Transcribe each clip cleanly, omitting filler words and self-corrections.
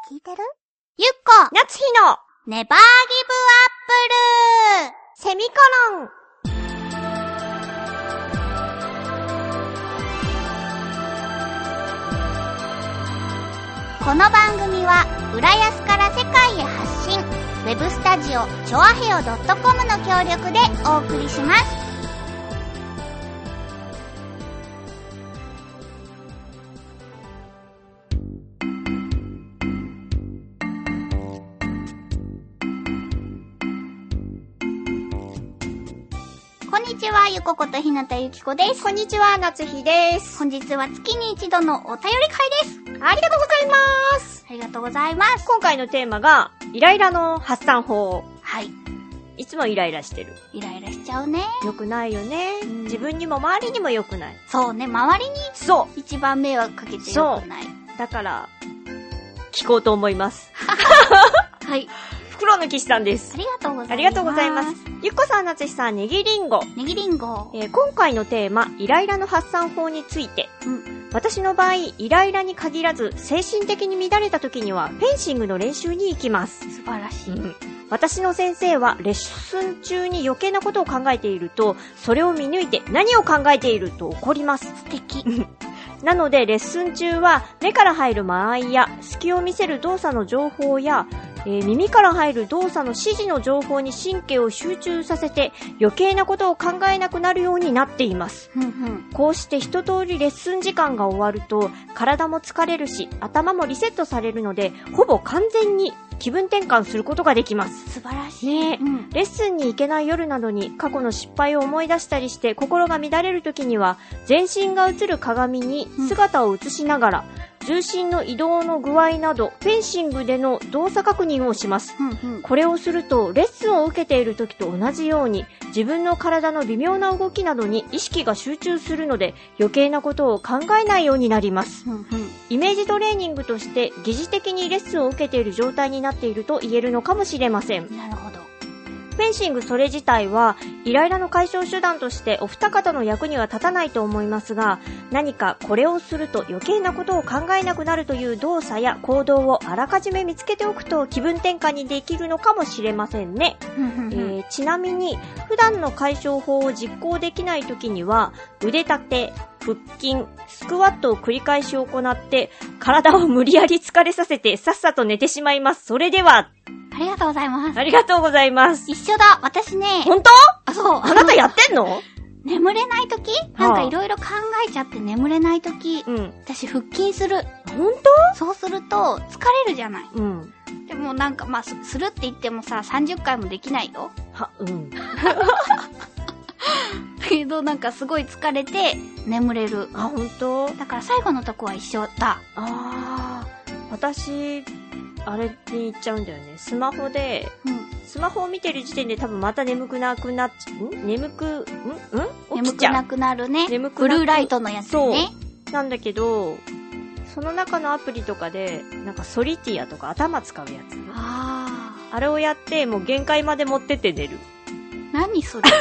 聞いてる？ゆっこ夏日のネバーギブアップルセミコロン。 この番組は浦安から世界へ発信、ウェブスタジオチョアヘオ .com の協力でお送りします。こんにちは、ゆこことひなたゆきこです。 こんにちは、夏日です。 本日は月に一度のお便り会です。 ありがとうございます。 ありがとうございます。 今回のテーマがイライラの発散法。 はい。 いつもイライラしてる。 イライラしちゃうね。 良くないよね。自分にも周りにも良くない。 そうね、周りにそう一番迷惑かけて良くない。 だから聞こうと思います。 はい。 袋の騎士さんです。 ありがとうございます。 ありがとうございます。ゆっこさん、なつひさん、ねぎりんご。 ねぎりんご。 今回のテーマ、イライラの発散法について。私の場合、イライラに限らず、精神的に乱れた時には、フェンシングの練習に行きます。 素晴らしい。 私の先生は、レッスン中に余計なことを考えていると、それを見抜いて、何を考えていると怒ります。 素敵。 なので、レッスン中は、目から入る間合いや、隙を見せる動作の情報や、耳から入る動作の指示の情報に神経を集中させて余計なことを考えなくなるようになっています。こうして一通りレッスン時間が終わると体も疲れるし頭もリセットされるのでほぼ完全に気分転換することができます。 素晴らしい。 ね、レッスンに行けない夜などに過去の失敗を思い出したりして心が乱れる時には全身が映る鏡に姿を映しながら重心の移動の具合などフェンシングでの動作確認をします。これをするとレッスンを受けている時と同じように自分の体の微妙な動きなどに意識が集中するので余計なことを考えないようになります。イメージトレーニングとして疑似的にレッスンを受けている状態になっていると言えるのかもしれません。 なるほど。 フェンシングそれ自体はイライラの解消手段としてお二方の役には立たないと思いますが、何かこれをすると余計なことを考えなくなるという動作や行動をあらかじめ見つけておくと気分転換にできるのかもしれませんね。ちなみに普段の解消法を実行できない時には腕立て、腹筋、スクワットを繰り返し行って体を無理やり疲れさせてさっさと寝てしまいます。それでは。 ありがとうございます。 ありがとうございます。 一緒だ。私ね。 本当？ あ、そう。 あなたやってんの？ 眠れないとき、なんかいろいろ考えちゃって眠れないとき、私腹筋する。 本当？ そうすると疲れるじゃない。でもなんかまあするって言ってもさ30回もできないよ。けどなんかすごい疲れて眠れる。 あ、本当？ だから最後のとこは一緒だ。 私あれに行っちゃうんだよね。スマホで、スマホを見てる時点で多分また眠くなくなっちゃう。眠くなくなるね。ブルーライトのやつね。そう。なんだけど、その中のアプリとかで、なんかソリティアとか頭使うやつ。あれをやって、もう限界まで持ってって寝る。 何それ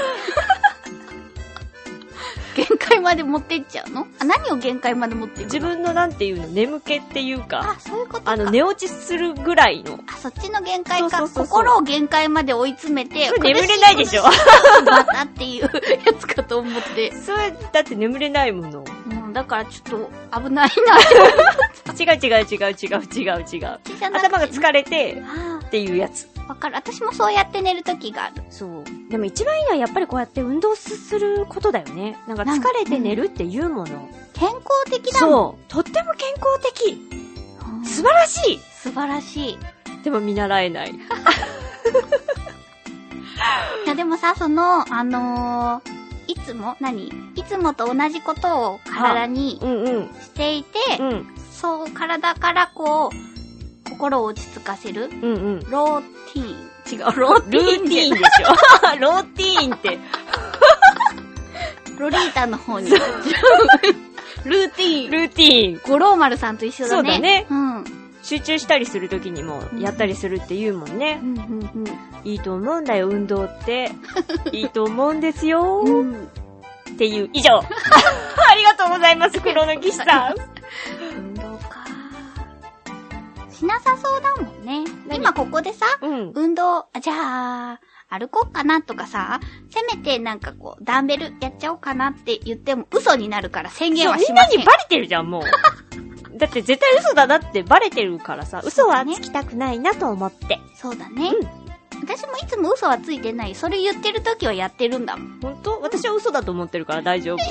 限界まで持ってっちゃうの？何を限界まで持っていくの？ 自分のなんていうの、眠気っていうか。 そういうことか。 寝落ちするぐらいの。 そっちの限界か。心を限界まで追い詰めて。 眠れないでしょ。 またっていうやつかと思って。 それ、だって眠れないもの。 だからちょっと危ないな。 違う。頭が疲れて、っていうやつ。 わかる。私もそうやって寝るときがある。 そう。でも一番いいのはやっぱりこうやって運動することだよね。なんか疲れて寝るっていうもの。 健康的だもん。 そう。とっても健康的。素晴らしい。 素晴らしい。 でも見習えない。いやでもさ、いつもと同じことを体にしていて、そう、体からこう、心を落ち着かせる、ローティーン。違う、ローティーンでしょ。 ローティーンって。 ロリータの方に。ルーティーン。五郎丸さんと一緒だね。 そうだね。集中したりするときにもやったりするって言うもんね。いいと思うんだよ、運動って。いいと思うんですよ。っていう、以上。ありがとうございます、黒の騎士さん。 運動か。 しなさそうだもんね。今ここでさ、運動、じゃあ、歩こうかなとかさ、せめてなんかこう、ダンベルやっちゃおうかなって言っても嘘になるから宣言はしません。 みんなにバレてるじゃん、もう。だって絶対嘘だなってバレてるからさ、嘘はつきたくないなと思って。 そうだね。私もいつも嘘はついてない。それ言ってる時はやってるんだもん。 ほんと？私は嘘だと思ってるから大丈夫。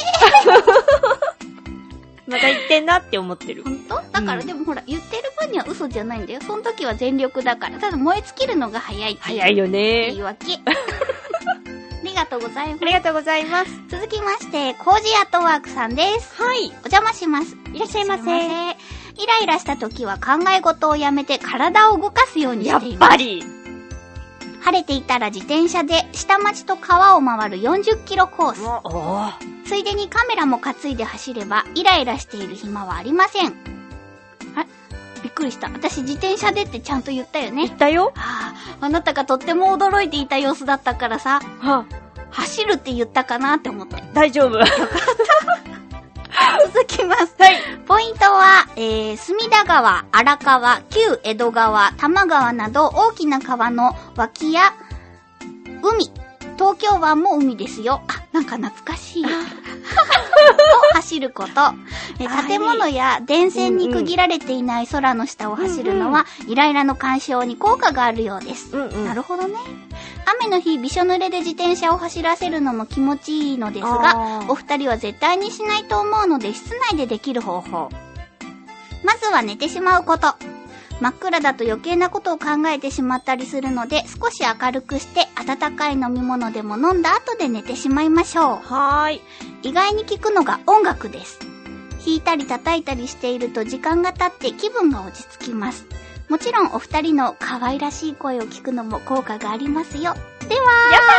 また言ってんなって思ってる。 ほんと？だからでもほら、言ってる分には嘘じゃないんだよ。その時は全力だから。ただ燃え尽きるのが早いっていう。 早いよね。 っていうわけ。ありがとうございます。 ありがとうございます。 続きまして、コージーアットワークさんです。 はい。 お邪魔します。 いらっしゃいませ。 イライラした時は考え事をやめて体を動かすようにしています。 やっぱり。 晴れていたら自転車で下町と川を回る40キロコース。ついでにカメラも担いで走ればイライラしている暇はありません。びっくりした。私自転車でってちゃんと言ったよね。 言ったよ。 あなたがとっても驚いていた様子だったからさ、走るって言ったかなって思って。 大丈夫。よかった。 続きます。 はい。 ポイントは、隅田川、荒川、旧江戸川、多摩川など大きな川の脇や海、東京湾も海ですよ。なんか懐かしい。を走ること。建物や電線に区切られていない空の下を走るのは、イライラの解消に効果があるようです。なるほどね。雨の日、びしょ濡れで自転車を走らせるのも気持ちいいのですが、お二人は絶対にしないと思うので、室内でできる方法。まずは寝てしまうこと。真っ暗だと余計なことを考えてしまったりするので、少し明るくして温かい飲み物でも飲んだ後で寝てしまいましょう。意外に効くのが音楽です。弾いたり叩いたりしていると時間が経って気分が落ち着きます。もちろんお二人の可愛らしい声を聞くのも効果がありますよ。では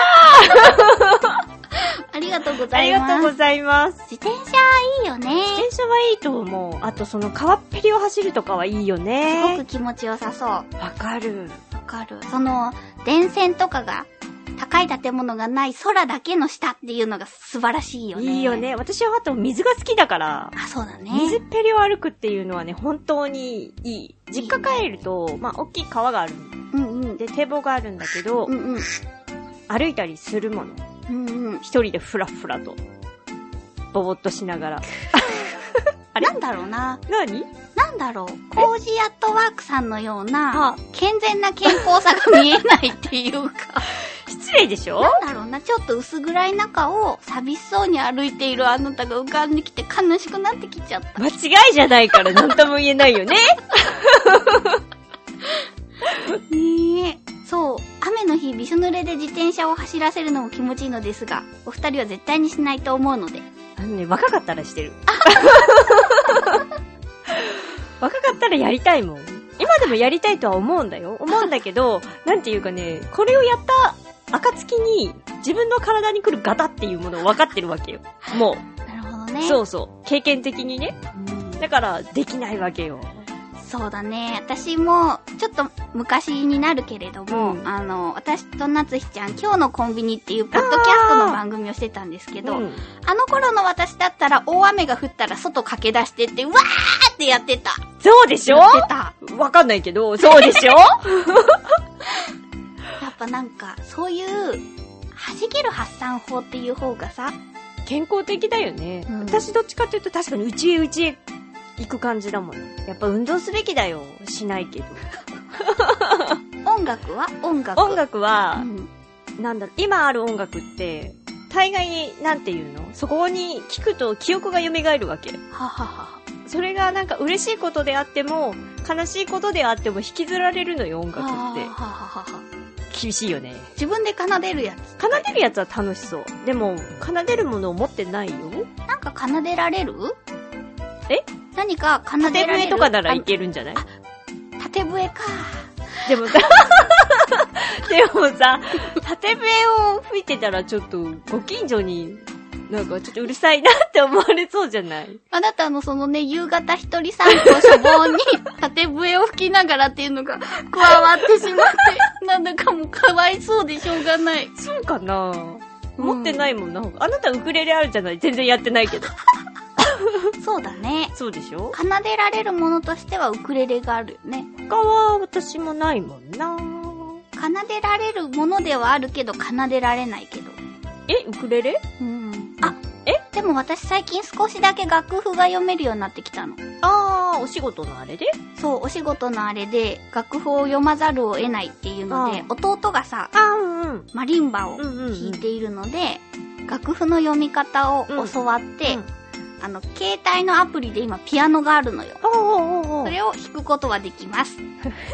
ありがとうございます。 ありがとうございます。 自転車いいよね。 自転車はいいと思う。あとその川っぺりを走るとかはいいよね。 すごく気持ちよさそう。わかる。 その電線とかが高い建物がない空だけの下っていうのが素晴らしいよね。 いいよね。私はあと水が好きだから。 そうだね。 水っぺりを歩くっていうのはね、本当にいい。実家帰ると、大きい川がある。で、堤防があるんだけど、歩いたりするもの。一人でふらふらと、ぼぼっとしながら。 あれなんだろうな。 何なんだろう。コージーアットワークさんのような、健全な健康さが見えないっていうか。 失礼でしょ？ なんだろうな。ちょっと薄暗い中を寂しそうに歩いているあなたが浮かんできて悲しくなってきちゃった。 間違いじゃないから何とも言えないよね。 ねえ。そう。雨の日、びしょ濡れで自転車を走らせるのも気持ちいいのですが、お二人は絶対にしないと思うので。 若かったらしてる。若かったらやりたいもん。今でもやりたいとは思うんだよ。思うんだけど、なんていうかね、これをやった暁に自分の体に来るガタっていうものを分かってるわけよ。もう。 なるほどね。 そうそう。経験的にね。だからできないわけよ。 そうだね。私も、ちょっと昔になるけれども、私となつひちゃん、今日のコンビニっていうポッドキャストの番組をしてたんですけど、あの頃の私だったら大雨が降ったら外駆け出してって、うわーってやってた。 そうでしょ？やってた。わかんないけど、そうでしょ？やっぱなんか、そういう、弾ける発散法っていう方がさ、 健康的だよね。私どっちかっていうと確かにうちへ行く感じだもん。やっぱ運動すべきだよ。しないけど。 音楽は、 なんだろ、今ある音楽って、大概なんていうの？そこに聞くと記憶が蘇るわけ。それがなんか嬉しいことであっても、悲しいことであっても引きずられるのよ、音楽って。厳しいよね。 自分で奏でるやつ。 奏でるやつは楽しそう。でも、奏でるものを持ってないよ。 なんか奏でられる？何か奏でられる？ 縦笛とかならいけるんじゃない？ 縦笛か。 でもさ、縦笛を吹いてたらちょっとご近所になんかちょっとうるさいなって思われそうじゃない？ あなたのそのね、夕方一人散歩所望に縦笛を吹きながらっていうのが加わってしまって、なんだかもうかわいそうでしょうがない。 そうかな？持ってないもんな。あなたウクレレあるじゃない？全然やってないけど。 そうだね。 そうでしょ？ 奏でられるものとしてはウクレレがあるよね。 他は私もないもんな。 奏でられるものではあるけど、奏でられないけど。 ウクレレ？ でも私最近少しだけ楽譜が読めるようになってきたの。 お仕事のあれで？ そう、お仕事のあれで、楽譜を読まざるを得ないっていうので、弟がさ、マリンバを弾いているので、楽譜の読み方を教わって、携帯のアプリで今ピアノがあるのよ。それを弾くことはできます。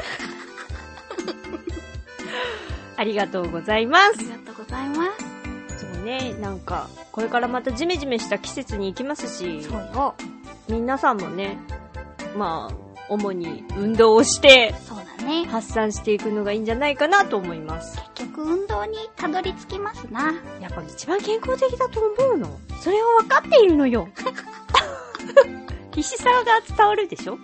ありがとうございます。 ありがとうございます。 そうね、なんか、これからまたジメジメした季節に行きますし、 そうよ。 皆さんもね、まあ、主に運動をして、 そうだね。 発散していくのがいいんじゃないかなと思います。 結局運動にたどり着きますな。 やっぱ一番健康的だと思うの。それを分かっているのよ。必死さが伝わるでしょ？そう、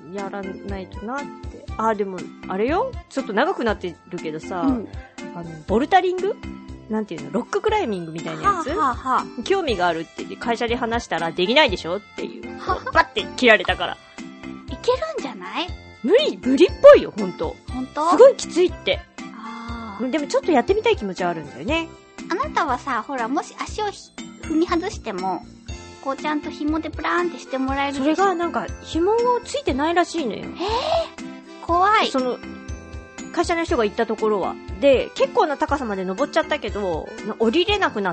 やらないとなって。でも、あれよ？ちょっと長くなってるけどさ、ボルタリング？なんていうの？ロッククライミングみたいなやつ？興味があるって会社で話したらできないでしょっていう。バッて切られたから。 いけるんじゃない？ 無理っぽいよ、ほんと。 ほんと？ すごいきついって。でもちょっとやってみたい気持ちはあるんだよね。 あなたはさ、ほら、もし足を踏み外しても、こうちゃんと紐でプラーンってしてもらえるでしょ？ それがなんか、紐がついてないらしいのよ。 怖い。 会社の人が行ったところは。で、結構な高さまで登っちゃったけど、降りれなくなって、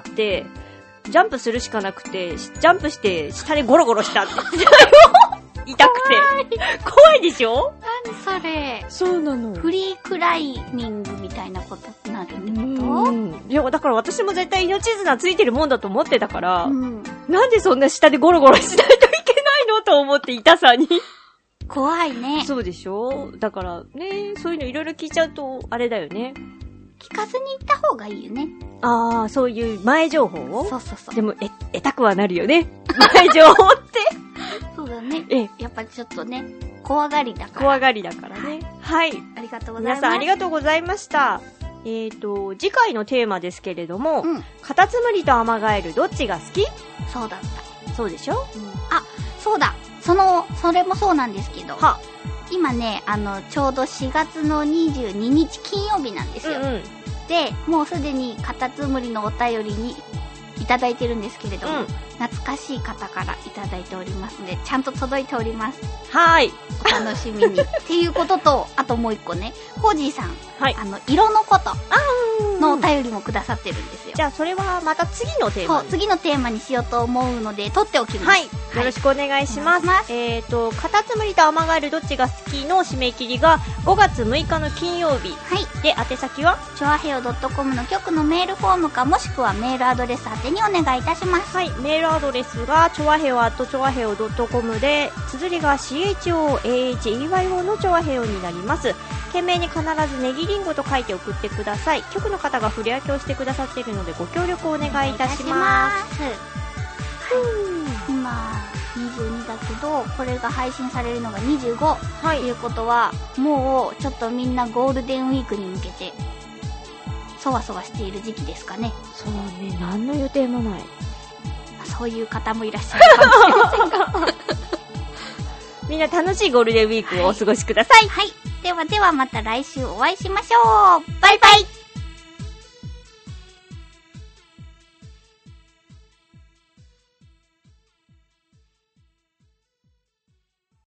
ジャンプするしかなくて、ジャンプして下でゴロゴロしたって言ってたよ。痛くて。怖いでしょ？ 何それ。 そうなの。 フリークライミングみたいなことになるってこと？ いや、だから私も絶対命綱ついてるもんだと思ってたから、なんでそんな下でゴロゴロしないといけないのと思って痛さに。 怖いね。 そうでしょ？だからね、そういうのいろいろ聞いちゃうと、あれだよね。 聞かずに行った方がいいよね。 そういう前情報を？ そうそうそう。 でも、得たくはなるよね。前情報って。 そうだね。やっぱちょっとね、怖がりだから。 怖がりだからね。はい。 ありがとうございます。 皆さんありがとうございました。次回のテーマですけれども、カタツムリとアマガエルどっちが好き？ そうだった。 そうでしょ？ そうだ。それもそうなんですけど。今ね、ちょうど4月の22日金曜日なんですよ。で、もうすでにカタツムリのお便りにいただいてるんですけれども、懐かしい方からいただいておりますので、ちゃんと届いております。 はい。 お楽しみに。っていうことと、あともう一個ね、コージーさん、色のことのお便りもくださってるんですよ。 じゃあそれはまた次のテーマ。 そう、次のテーマにしようと思うので、取っておきます。 はい。よろしくお願いします。カタツムリとアマガエルどっちが好きの締め切りが5月6日の金曜日。はい。で、宛先はチョアヘヨ .com の局のメールフォームか、もしくはメールアドレス宛てにお願いいたします。 はい。メールアドレスがチョアヘヨ@choaheyo.com で、綴りが CHOAHEYO のチョアヘヨになります。懸命に必ずネギリンゴと書いて送ってください。局の方が振り分けをしてくださっているのでご協力をお願いいたします。 今22だけど、これが配信されるのが25、ということはもうちょっとみんなゴールデンウィークに向けてそわそわしている時期ですかね。 そうね、何の予定もない。 そういう方もいらっしゃるかもしれませんがみんな楽しいゴールデンウィークをお過ごしください。 はい。ではまた来週お会いしましょう。バイバイ。